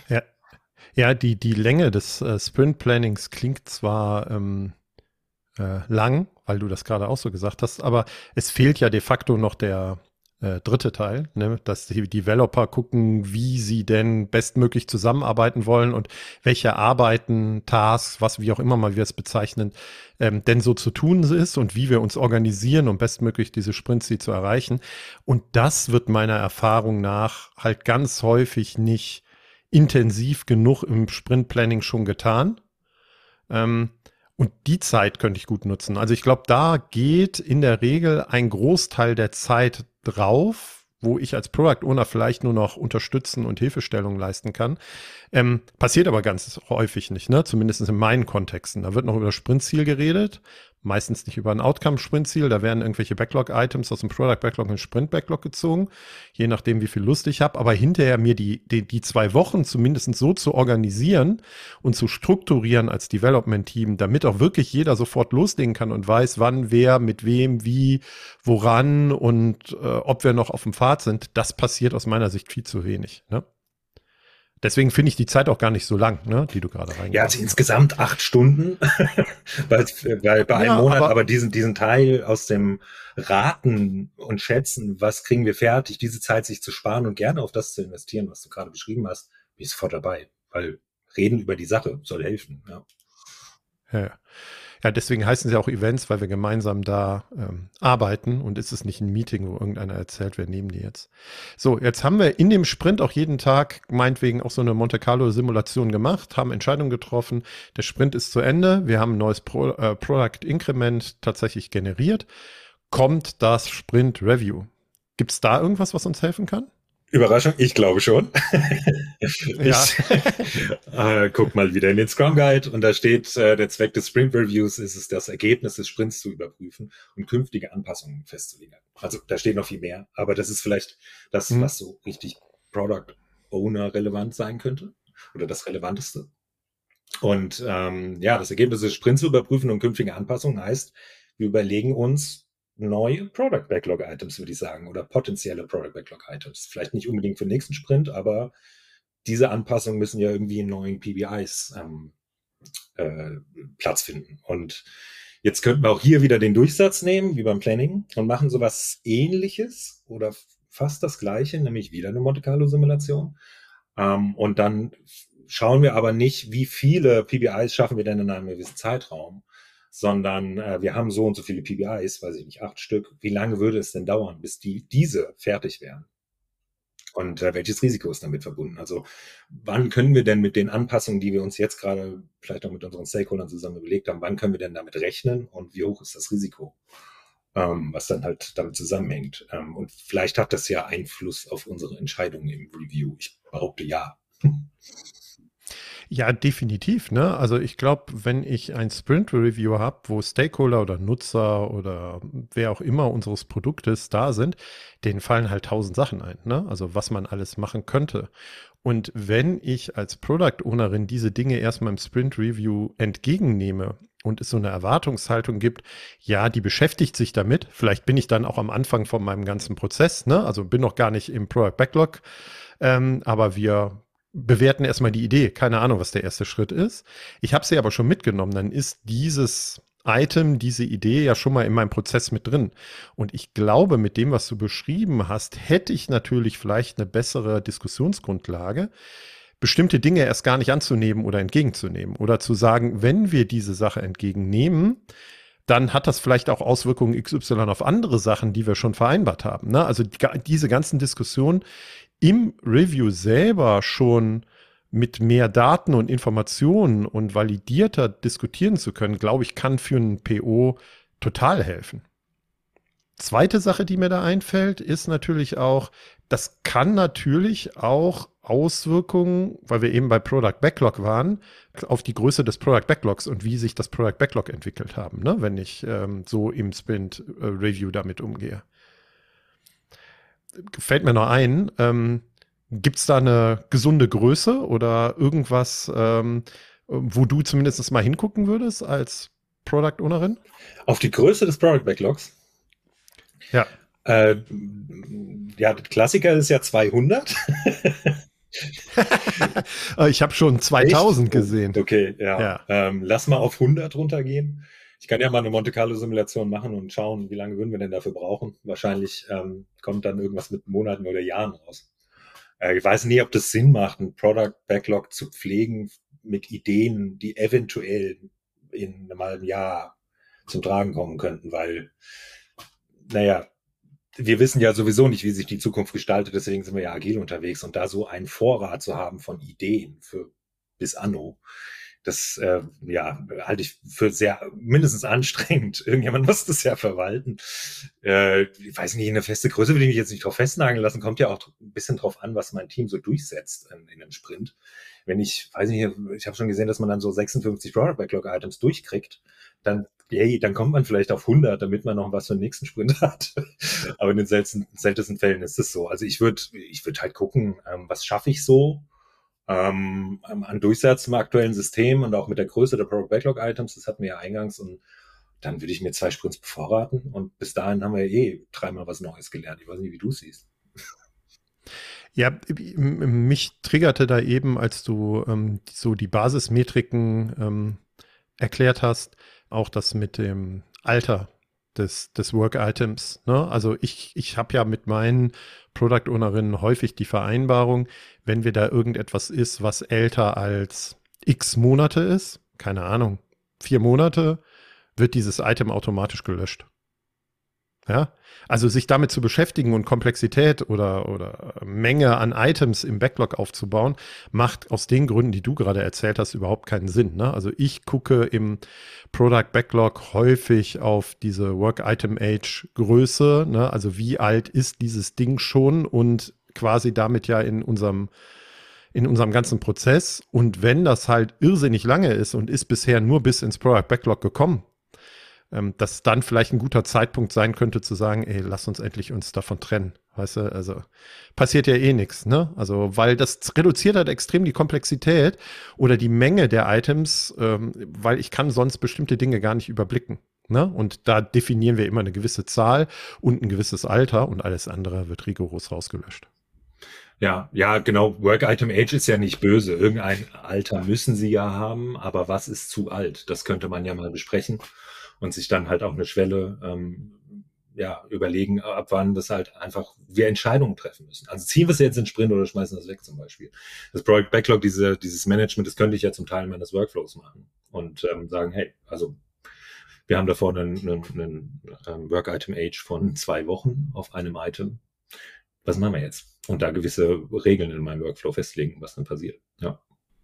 [SPEAKER 2] Ja, die Länge des Sprint-Plannings klingt zwar lang, weil du das gerade auch so gesagt hast, aber es fehlt ja de facto noch der dritte Teil, ne? Dass die Developer gucken, wie sie denn bestmöglich zusammenarbeiten wollen und welche Arbeiten, Tasks, was wie auch immer mal wir es bezeichnen, denn so zu tun ist und wie wir uns organisieren, um bestmöglich diese Sprintziel zu erreichen. Und das wird meiner Erfahrung nach halt ganz häufig nicht intensiv genug im Sprint-Planning schon getan. Und die Zeit könnte ich gut nutzen. Also ich glaube, da geht in der Regel ein Großteil der Zeit drauf, wo ich als Product Owner vielleicht nur noch unterstützen und Hilfestellung leisten kann. Passiert aber ganz häufig nicht, ne? Zumindest in meinen Kontexten. Da wird noch über das Sprintziel geredet, meistens nicht über ein Outcome-Sprintziel. Da werden irgendwelche Backlog-Items aus dem Product-Backlog in den Sprint-Backlog gezogen, je nachdem, wie viel Lust ich habe. Aber hinterher mir die 2 Wochen zumindest so zu organisieren und zu strukturieren als Development-Team, damit auch wirklich jeder sofort loslegen kann und weiß, wann, wer, mit wem, wie, woran und ob wir noch auf dem Pfad sind, das passiert aus meiner Sicht viel zu wenig, ne? Deswegen finde ich die Zeit auch gar nicht so lang, ne, die du gerade reingebracht hast.
[SPEAKER 3] Ja, also insgesamt 8 Stunden weil bei einem Monat, aber diesen Teil aus dem Raten und Schätzen, was kriegen wir fertig, diese Zeit sich zu sparen und gerne auf das zu investieren, was du gerade beschrieben hast, bin ich sofort dabei, weil reden über die Sache soll helfen.
[SPEAKER 2] Ja, deswegen heißen sie auch Events, weil wir gemeinsam da arbeiten und ist es nicht ein Meeting, wo irgendeiner erzählt, wir nehmen die jetzt. So, jetzt haben wir in dem Sprint auch jeden Tag meinetwegen auch so eine Monte Carlo Simulation gemacht, haben Entscheidungen getroffen, der Sprint ist zu Ende, wir haben ein neues Product Increment tatsächlich generiert. Kommt das Sprint Review? Gibt es da irgendwas, was uns helfen kann?
[SPEAKER 3] Überraschung, ich glaube schon.
[SPEAKER 2] Ja.
[SPEAKER 3] Guck mal wieder in den Scrum Guide und da steht, der Zweck des Sprint Reviews ist es, das Ergebnis des Sprints zu überprüfen und künftige Anpassungen festzulegen. Also da steht noch viel mehr, aber das ist vielleicht das, was so richtig Product Owner relevant sein könnte oder das Relevanteste. Und das Ergebnis des Sprints zu überprüfen und künftige Anpassungen heißt, wir überlegen uns neue Product Backlog Items, würde ich sagen, oder potenzielle Product Backlog Items. Vielleicht nicht unbedingt für den nächsten Sprint, aber diese Anpassungen müssen ja irgendwie in neuen PBIs Platz finden. Und jetzt könnten wir auch hier wieder den Durchsatz nehmen, wie beim Planning, und machen sowas Ähnliches oder fast das Gleiche, nämlich wieder eine Monte Carlo Simulation. Und dann schauen wir aber nicht, wie viele PBIs schaffen wir denn in einem gewissen Zeitraum, sondern wir haben so und so viele PBIs, weiß ich nicht, 8 Stück. Wie lange würde es denn dauern, bis diese fertig wären? Und welches Risiko ist damit verbunden? Also wann können wir denn mit den Anpassungen, die wir uns jetzt gerade vielleicht auch mit unseren Stakeholdern zusammen überlegt haben, wann können wir denn damit rechnen und wie hoch ist das Risiko, was dann halt damit zusammenhängt? Und vielleicht hat das ja Einfluss auf unsere Entscheidungen im Review. Ich behaupte ja.
[SPEAKER 2] Ja, definitiv, ne? Also ich glaube, wenn ich ein Sprint-Review habe, wo Stakeholder oder Nutzer oder wer auch immer unseres Produktes da sind, denen fallen halt 1000 Sachen ein, ne? Also was man alles machen könnte. Und wenn ich als Product Ownerin diese Dinge erstmal im Sprint-Review entgegennehme und es so eine Erwartungshaltung gibt, ja, die beschäftigt sich damit, vielleicht bin ich dann auch am Anfang von meinem ganzen Prozess, ne? Also bin noch gar nicht im Product Backlog, aber wir bewerten erstmal die Idee. Keine Ahnung, was der erste Schritt ist. Ich habe sie aber schon mitgenommen. Dann ist dieses Item, diese Idee ja schon mal in meinem Prozess mit drin. Und ich glaube, mit dem, was du beschrieben hast, hätte ich natürlich vielleicht eine bessere Diskussionsgrundlage, bestimmte Dinge erst gar nicht anzunehmen oder entgegenzunehmen. Oder zu sagen, wenn wir diese Sache entgegennehmen, dann hat das vielleicht auch Auswirkungen XY auf andere Sachen, die wir schon vereinbart haben, ne? Also diese ganzen Diskussionen im Review selber schon mit mehr Daten und Informationen und validierter diskutieren zu können, glaube ich, kann für einen PO total helfen. Zweite Sache, die mir da einfällt, ist natürlich auch, das kann natürlich auch Auswirkungen, weil wir eben bei Product Backlog waren, auf die Größe des Product Backlogs und wie sich das Product Backlog entwickelt haben, ne? Wenn ich so im Sprint Review damit umgehe. Fällt mir noch ein, gibt es da eine gesunde Größe oder irgendwas, wo du zumindest mal hingucken würdest als Product Ownerin?
[SPEAKER 3] Auf die Größe des Product Backlogs?
[SPEAKER 2] Ja.
[SPEAKER 3] Der Klassiker ist ja 200.
[SPEAKER 2] Ich habe schon 2000 gesehen.
[SPEAKER 3] Okay, ja. Lass mal auf 100 runtergehen. Ich kann ja mal eine Monte-Carlo-Simulation machen und schauen, wie lange würden wir denn dafür brauchen. Wahrscheinlich kommt dann irgendwas mit Monaten oder Jahren raus. Ich weiß nie, ob das Sinn macht, einen Product Backlog zu pflegen mit Ideen, die eventuell in mal einem Jahr zum Tragen kommen könnten, weil, naja, wir wissen ja sowieso nicht, wie sich die Zukunft gestaltet, deswegen sind wir ja agil unterwegs und da so einen Vorrat zu haben von Ideen für bis anno, das halte ich für sehr mindestens anstrengend. Irgendjemand muss das ja verwalten. Ich weiß nicht, eine feste Größe will ich mich jetzt nicht drauf festnageln lassen. Kommt ja auch ein bisschen drauf an, was mein Team so durchsetzt in einem Sprint. Wenn ich habe schon gesehen, dass man dann so 56 Product Backlog Items durchkriegt, dann kommt man vielleicht auf 100, damit man noch was für den nächsten Sprint hat. Aber in den seltensten Fällen ist es so. Also ich würde halt gucken, was schaffe ich so, an Durchsatz im aktuellen System und auch mit der Größe der Product Backlog Items, das hatten wir ja eingangs, und dann würde ich mir 2 Sprints bevorraten und bis dahin haben wir ja 3-mal was Neues gelernt. Ich weiß nicht, wie du es siehst.
[SPEAKER 2] Ja, mich triggerte da eben, als du so die Basismetriken erklärt hast, auch das mit dem Alter des Work-Items. Ne? Also ich habe ja mit meinen Product-Ownerinnen häufig die Vereinbarung, wenn wir da irgendetwas ist, was älter als x Monate ist, keine Ahnung, 4 Monate, wird dieses Item automatisch gelöscht. Ja, also sich damit zu beschäftigen und Komplexität oder Menge an Items im Backlog aufzubauen, macht aus den Gründen, die du gerade erzählt hast, überhaupt keinen Sinn. Ne? Also ich gucke im Product Backlog häufig auf diese Work-Item-Age-Größe, ne? Also wie alt ist dieses Ding schon und quasi damit ja in unserem ganzen Prozess. Und wenn das halt irrsinnig lange ist und ist bisher nur bis ins Product Backlog gekommen, dass dann vielleicht ein guter Zeitpunkt sein könnte zu sagen, ey, lass uns endlich uns davon trennen. Weißt du, also passiert ja eh nichts, ne? Also, weil das reduziert halt extrem die Komplexität oder die Menge der Items, weil ich kann sonst bestimmte Dinge gar nicht überblicken. Ne? Und da definieren wir immer eine gewisse Zahl und ein gewisses Alter und alles andere wird rigoros rausgelöscht.
[SPEAKER 3] Ja, genau. Work Item Age ist ja nicht böse. Irgendein Alter müssen sie ja haben, aber was ist zu alt? Das könnte man ja mal besprechen. Und sich dann halt auch eine Schwelle überlegen, ab wann das halt einfach wir Entscheidungen treffen müssen. Also ziehen wir es jetzt in Sprint oder schmeißen das weg zum Beispiel. Das Project Backlog, dieses Management, das könnte ich ja zum Teil meines Workflows machen und sagen, hey, also wir haben davor einen Work-Item-Age von 2 Wochen auf einem Item. Was machen wir jetzt? Und da gewisse Regeln in meinem Workflow festlegen, was dann passiert. Ja.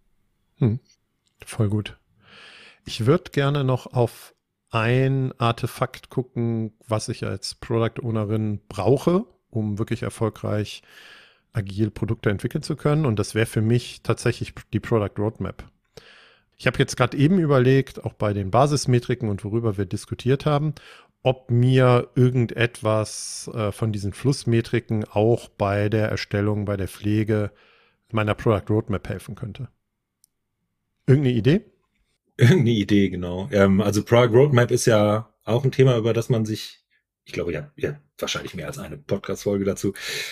[SPEAKER 2] Voll gut. Ich würde gerne noch auf ein Artefakt gucken, was ich als Product Ownerin brauche, um wirklich erfolgreich agil Produkte entwickeln zu können. Und das wäre für mich tatsächlich die Product Roadmap. Ich habe jetzt gerade eben überlegt, auch bei den Basismetriken und worüber wir diskutiert haben, ob mir irgendetwas von diesen Flussmetriken auch bei der Erstellung, bei der Pflege meiner Product Roadmap helfen könnte. Irgendeine Idee?
[SPEAKER 3] Irgendeine Idee, genau. Also Product Roadmap ist ja auch ein Thema, über das man sich, ich glaube, ja wahrscheinlich mehr als eine Podcast-Folge dazu.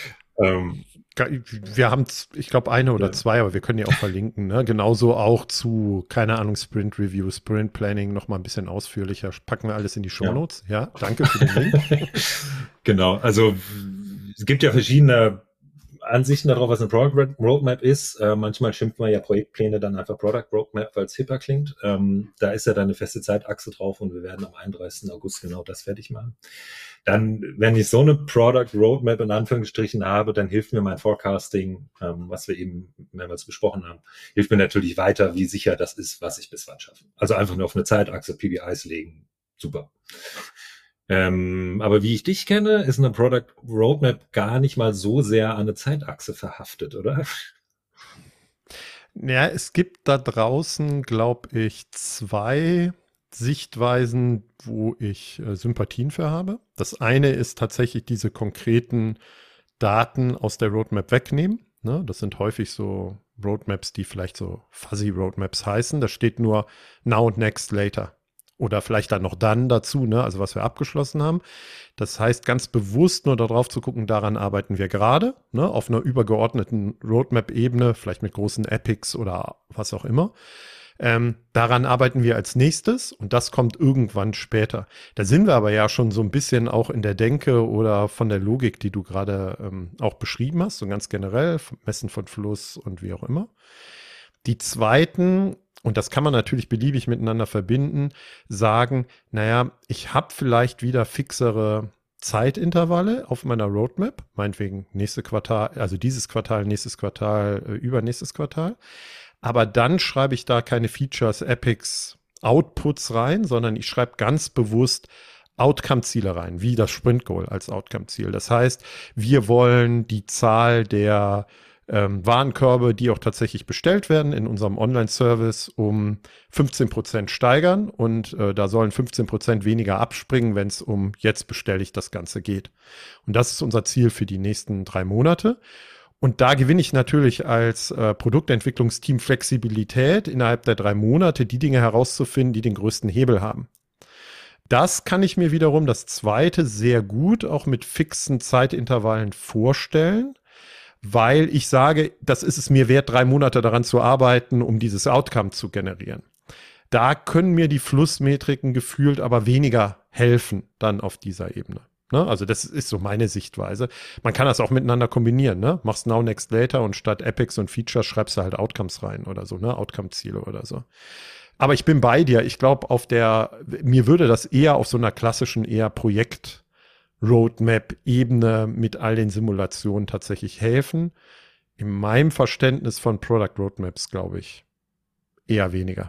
[SPEAKER 2] Wir haben, ich glaube, eine oder 2, aber wir können die auch verlinken. Ne? Genauso auch zu, keine Ahnung, Sprint Review, Sprint Planning noch mal ein bisschen ausführlicher. Packen wir alles in die Shownotes. Ja, danke für den Link.
[SPEAKER 3] Genau, also es gibt ja verschiedene Ansichten darauf, was eine Product Roadmap ist. Manchmal schimpft man ja Projektpläne dann einfach Product Roadmap, weil es hipper klingt. Da ist ja dann eine feste Zeitachse drauf und wir werden am 31. August genau das fertig machen. Dann, wenn ich so eine Product Roadmap in Anführungsstrichen habe, dann hilft mir mein Forecasting, was wir eben mehrmals besprochen haben, hilft mir natürlich weiter, wie sicher das ist, was ich bis wann schaffe. Also einfach nur auf eine Zeitachse PBIs legen. Super. Aber wie ich dich kenne, ist eine Product Roadmap gar nicht mal so sehr an eine Zeitachse verhaftet, oder?
[SPEAKER 2] Ja, es gibt da draußen, glaube ich, 2 Sichtweisen, wo ich Sympathien für habe. Das eine ist tatsächlich diese konkreten Daten aus der Roadmap wegnehmen. Ne? Das sind häufig so Roadmaps, die vielleicht so Fuzzy Roadmaps heißen. Da steht nur Now und Next Later. Oder vielleicht dann noch dann dazu, ne? Also was wir abgeschlossen haben. Das heißt, ganz bewusst nur darauf zu gucken, daran arbeiten wir gerade, ne? Auf einer übergeordneten Roadmap-Ebene, vielleicht mit großen Epics oder was auch immer. Daran arbeiten wir als nächstes und das kommt irgendwann später. Da sind wir aber ja schon so ein bisschen auch in der Denke oder von der Logik, die du gerade auch beschrieben hast, so ganz generell, Messen von Fluss und wie auch immer. Die zweiten, und das kann man natürlich beliebig miteinander verbinden, sagen, naja, ich habe vielleicht wieder fixere Zeitintervalle auf meiner Roadmap, meinetwegen nächste Quartal, also dieses Quartal, nächstes Quartal, übernächstes Quartal. Aber dann schreibe ich da keine Features, Epics, Outputs rein, sondern ich schreibe ganz bewusst Outcome-Ziele rein, wie das Sprint-Goal als Outcome-Ziel. Das heißt, wir wollen die Zahl der Warenkörbe, die auch tatsächlich bestellt werden in unserem Online-Service, um 15% steigern und da sollen 15% weniger abspringen, wenn es um jetzt bestelle ich das Ganze geht. Und das ist unser Ziel für die nächsten 3 Monate. Und da gewinne ich natürlich als Produktentwicklungsteam Flexibilität, innerhalb der 3 Monate die Dinge herauszufinden, die den größten Hebel haben. Das kann ich mir wiederum, das zweite, sehr gut auch mit fixen Zeitintervallen vorstellen, weil ich sage, das ist es mir wert, 3 Monate daran zu arbeiten, um dieses Outcome zu generieren. Da können mir die Flussmetriken gefühlt aber weniger helfen dann auf dieser Ebene. Ne? Also das ist so meine Sichtweise. Man kann das auch miteinander kombinieren. Ne? Machst Now, Next, Later und statt Epics und Features schreibst du halt Outcomes rein oder so, ne? Outcome-Ziele oder so. Aber ich bin bei dir. Ich glaube, mir würde das eher auf so einer klassischen, eher Projekt-Roadmap-Ebene mit all den Simulationen tatsächlich helfen. In meinem Verständnis von Product Roadmaps, glaube ich, eher weniger.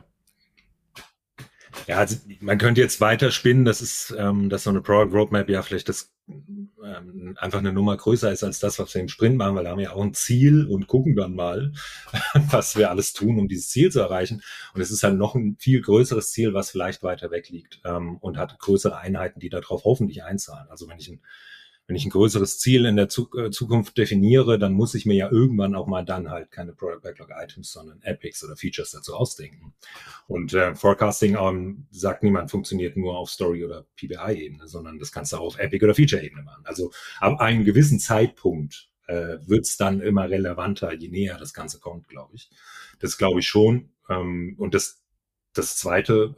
[SPEAKER 3] Ja, also man könnte jetzt weiter spinnen, dass so eine Product Roadmap ja vielleicht einfach eine Nummer größer ist als das, was wir im Sprint machen, weil da haben wir ja auch ein Ziel und gucken dann mal, was wir alles tun, um dieses Ziel zu erreichen. Und es ist halt noch ein viel größeres Ziel, was vielleicht weiter weg liegt und hat größere Einheiten, die darauf hoffentlich einzahlen. Also wenn ich ein größeres Ziel in der Zukunft definiere, dann muss ich mir ja irgendwann auch mal dann halt keine Product Backlog Items, sondern Epics oder Features dazu ausdenken. Und Forecasting, sagt niemand, funktioniert nur auf Story- oder PBI-Ebene, sondern das kannst du auch auf Epic- oder Feature-Ebene machen. Also ab einem gewissen Zeitpunkt wird's dann immer relevanter, je näher das Ganze kommt, glaube ich. Das glaube ich schon. Und das Zweite,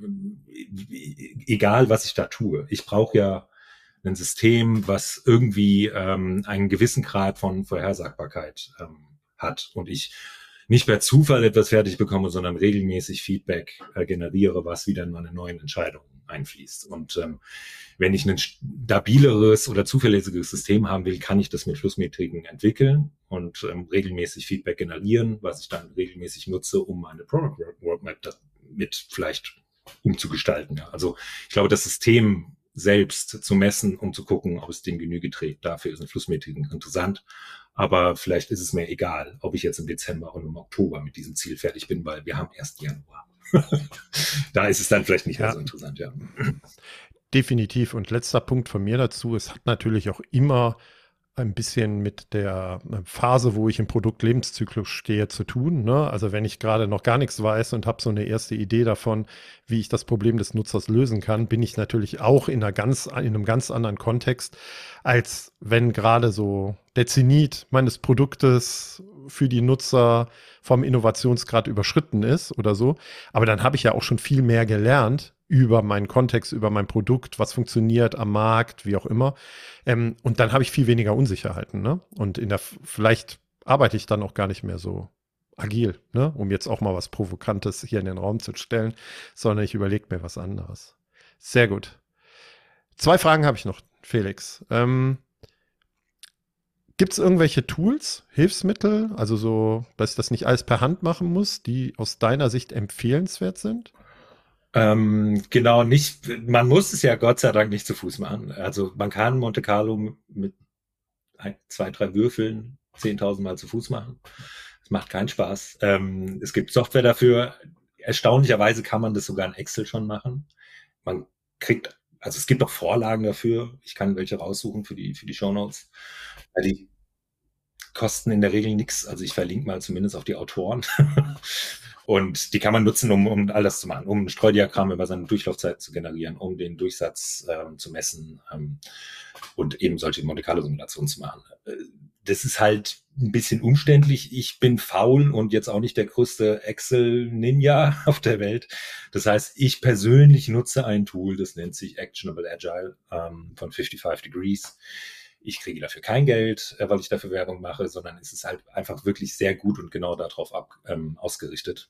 [SPEAKER 3] egal was ich da tue, ich brauche ja ein System, was irgendwie einen gewissen Grad von Vorhersagbarkeit hat und ich nicht per Zufall etwas fertig bekomme, sondern regelmäßig Feedback generiere, was wieder in meine neuen Entscheidungen einfließt. Und wenn ich ein stabileres oder zuverlässiges System haben will, kann ich das mit Flussmetriken entwickeln und regelmäßig Feedback generieren, was ich dann regelmäßig nutze, um meine Product Roadmap mit vielleicht umzugestalten. Ja. Also ich glaube, das System selbst zu messen, um zu gucken, ob es dem Genüge trägt. Dafür ist eine Flussmetriken interessant. Aber vielleicht ist es mir egal, ob ich jetzt im Dezember oder im Oktober mit diesem Ziel fertig bin, weil wir haben erst Januar. Da ist es dann vielleicht nicht mehr so interessant, ja.
[SPEAKER 2] Definitiv. Und letzter Punkt von mir dazu, es hat natürlich auch immer ein bisschen mit der Phase, wo ich im Produktlebenszyklus stehe, zu tun. Ne? Also wenn ich gerade noch gar nichts weiß und habe so eine erste Idee davon, wie ich das Problem des Nutzers lösen kann, bin ich natürlich auch in einem ganz anderen Kontext, als wenn gerade so der Zenit meines Produktes für die Nutzer vom Innovationsgrad überschritten ist oder so. Aber dann habe ich ja auch schon viel mehr gelernt über meinen Kontext, über mein Produkt, was funktioniert am Markt, wie auch immer. Und dann habe ich viel weniger Unsicherheiten. Ne? Und vielleicht arbeite ich dann auch gar nicht mehr so agil, ne? Um jetzt auch mal was Provokantes hier in den Raum zu stellen, sondern ich überlege mir was anderes. Sehr gut. 2 Fragen habe ich noch, Felix. Gibt es irgendwelche Tools, Hilfsmittel, also so, dass ich das nicht alles per Hand machen muss, die aus deiner Sicht empfehlenswert sind?
[SPEAKER 3] Genau, nicht. Man muss es ja Gott sei Dank nicht zu Fuß machen. Also man kann Monte Carlo mit 2, 3 Würfeln 10.000 Mal zu Fuß machen. Es macht keinen Spaß. Es gibt Software dafür. Erstaunlicherweise kann man das sogar in Excel schon machen. Also es gibt auch Vorlagen dafür. Ich kann welche raussuchen für die Shownotes. Die kosten in der Regel nichts. Also ich verlinke mal zumindest auf die Autoren. Und die kann man nutzen, um all das zu machen, um ein Streudiagramm über seine Durchlaufzeit zu generieren, um den Durchsatz zu messen und eben solche Monte Carlo Simulationen zu machen. das ist halt ein bisschen umständlich. Ich bin faul und jetzt auch nicht der größte Excel-Ninja auf der Welt. Das heißt, ich persönlich nutze ein Tool, das nennt sich Actionable Agile von 55 Degrees. Ich kriege dafür kein Geld, weil ich dafür Werbung mache, sondern es ist halt einfach wirklich sehr gut und genau darauf ausgerichtet.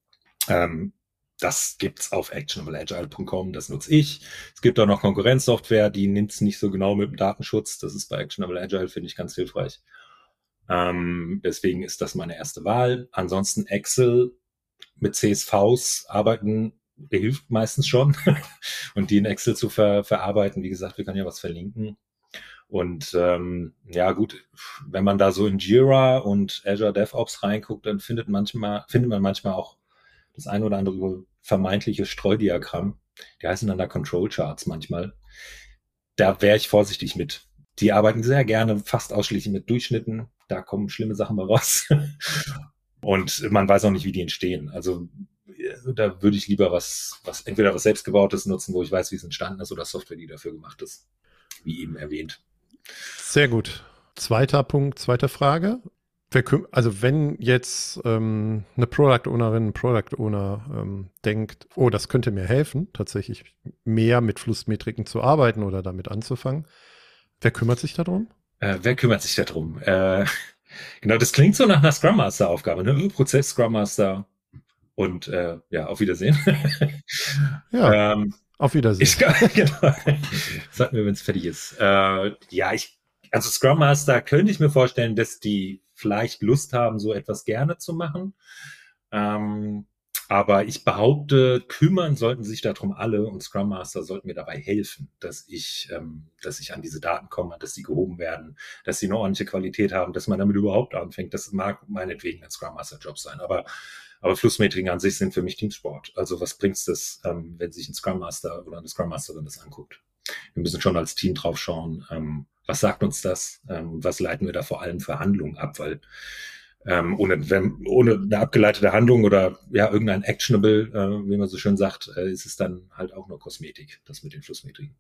[SPEAKER 3] Das gibt's auf actionableagile.com, das nutze ich. Es gibt auch noch Konkurrenzsoftware, die nimmt's nicht so genau mit dem Datenschutz. Das ist bei Actionable Agile, finde ich, ganz hilfreich. Deswegen ist das meine erste Wahl. Ansonsten Excel mit CSVs arbeiten hilft meistens schon. Und die in Excel zu verarbeiten, wie gesagt, wir können ja was verlinken. Und ja gut, wenn man da so in Jira und Azure DevOps reinguckt, dann findet man manchmal auch das ein oder andere vermeintliche Streudiagramm. Die heißen dann da Control Charts manchmal. Da wäre ich vorsichtig mit. Die arbeiten sehr gerne fast ausschließlich mit Durchschnitten. Da kommen schlimme Sachen mal raus. Und man weiß auch nicht, wie die entstehen. Also da würde ich lieber entweder was selbstgebautes nutzen, wo ich weiß, wie es entstanden ist, oder Software, die dafür gemacht ist. Wie eben erwähnt.
[SPEAKER 2] Sehr gut. Zweiter Punkt, zweite Frage. Also wenn jetzt eine Product Ownerin, ein Product Owner denkt, oh, das könnte mir helfen, tatsächlich mehr mit Flussmetriken zu arbeiten oder damit anzufangen, wer kümmert sich darum?
[SPEAKER 3] Wer kümmert sich darum? Genau, das klingt so nach einer Scrum Master Aufgabe, ne? Prozess Scrum Master und ja, auf Wiedersehen.
[SPEAKER 2] Ja, auf Wiedersehen.
[SPEAKER 3] Genau. Sag mir, wenn es fertig ist. Ja, also Scrum Master könnte ich mir vorstellen, dass die vielleicht Lust haben, so etwas gerne zu machen. Aber ich behaupte, kümmern sollten sich darum alle und Scrum Master sollten mir dabei helfen, dass ich an diese Daten komme, dass die gehoben werden, dass sie eine ordentliche Qualität haben, dass man damit überhaupt anfängt. Das mag meinetwegen ein Scrum Master Job sein, aber Flussmetriken an sich sind für mich Teamsport. Also was bringt's das, wenn sich ein Scrum Master oder eine Scrum Masterin das anguckt? Wir müssen schon als Team drauf schauen, was sagt uns das? Was leiten wir da vor allem für Handlungen ab? Weil ohne eine abgeleitete Handlung oder ja irgendein Actionable, wie man so schön sagt, ist es dann halt auch nur Kosmetik, das mit den Flussmetriken.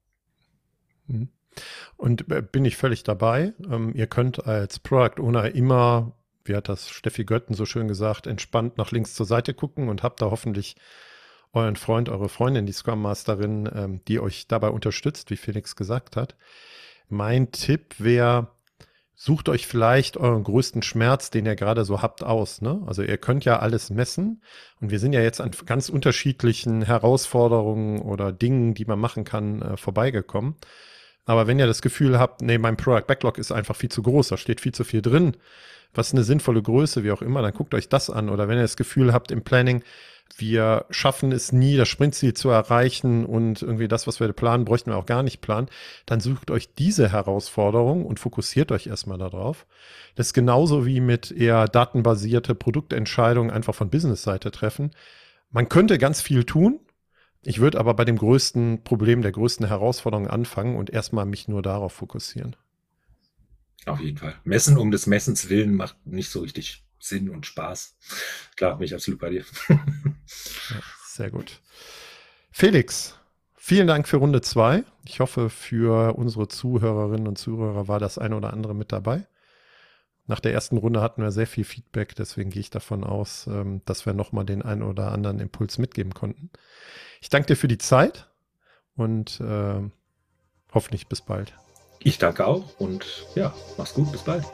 [SPEAKER 2] Und bin ich völlig dabei. Ihr könnt als Product Owner immer, wie hat das Steffi Götten so schön gesagt, entspannt nach links zur Seite gucken und habt da hoffentlich euren Freund, eure Freundin, die Scrum Masterin, die euch dabei unterstützt, wie Felix gesagt hat. Mein Tipp wäre, sucht euch vielleicht euren größten Schmerz, den ihr gerade so habt, aus. Ne? Also ihr könnt ja alles messen und wir sind ja jetzt an ganz unterschiedlichen Herausforderungen oder Dingen, die man machen kann, vorbeigekommen. Aber wenn ihr das Gefühl habt, nee, mein Product Backlog ist einfach viel zu groß, da steht viel zu viel drin, was ist eine sinnvolle Größe, wie auch immer, dann guckt euch das an. Oder wenn ihr das Gefühl habt im Planning, wir schaffen es nie, das Sprintziel zu erreichen und irgendwie das, was wir planen, bräuchten wir auch gar nicht planen, dann sucht euch diese Herausforderung und fokussiert euch erstmal darauf. Das ist genauso wie mit eher datenbasierte Produktentscheidungen einfach von Business-Seite treffen. Man könnte ganz viel tun. Ich würde aber bei dem größten Problem, der größten Herausforderung anfangen und erstmal mich nur darauf fokussieren.
[SPEAKER 3] Auf jeden Fall. Messen um des Messens willen macht nicht so richtig Sinn und Spaß. Klar, bin ich absolut bei dir.
[SPEAKER 2] Ja, sehr gut. Felix, vielen Dank für Runde 2. Ich hoffe, für unsere Zuhörerinnen und Zuhörer war das eine oder andere mit dabei. Nach der ersten Runde hatten wir sehr viel Feedback, deswegen gehe ich davon aus, dass wir nochmal den einen oder anderen Impuls mitgeben konnten. Ich danke dir für die Zeit und hoffentlich bis bald.
[SPEAKER 3] Ich danke auch und ja, mach's gut, bis bald.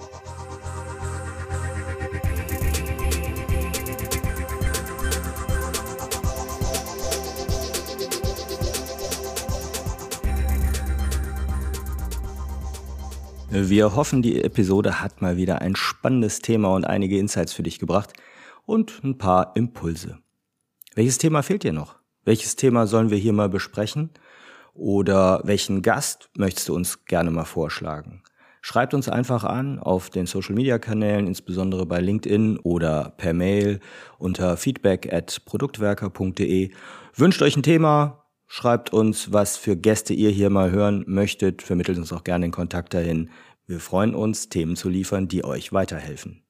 [SPEAKER 1] Wir hoffen, die Episode hat mal wieder ein spannendes Thema und einige Insights für dich gebracht und ein paar Impulse. Welches Thema fehlt dir noch? Welches Thema sollen wir hier mal besprechen? Oder welchen Gast möchtest du uns gerne mal vorschlagen? Schreibt uns einfach an auf den Social-Media-Kanälen, insbesondere bei LinkedIn oder per Mail unter feedback@produktwerker.de. Wünscht euch ein Thema, schreibt uns, was für Gäste ihr hier mal hören möchtet, vermittelt uns auch gerne den Kontakt dahin. Wir freuen uns, Themen zu liefern, die euch weiterhelfen.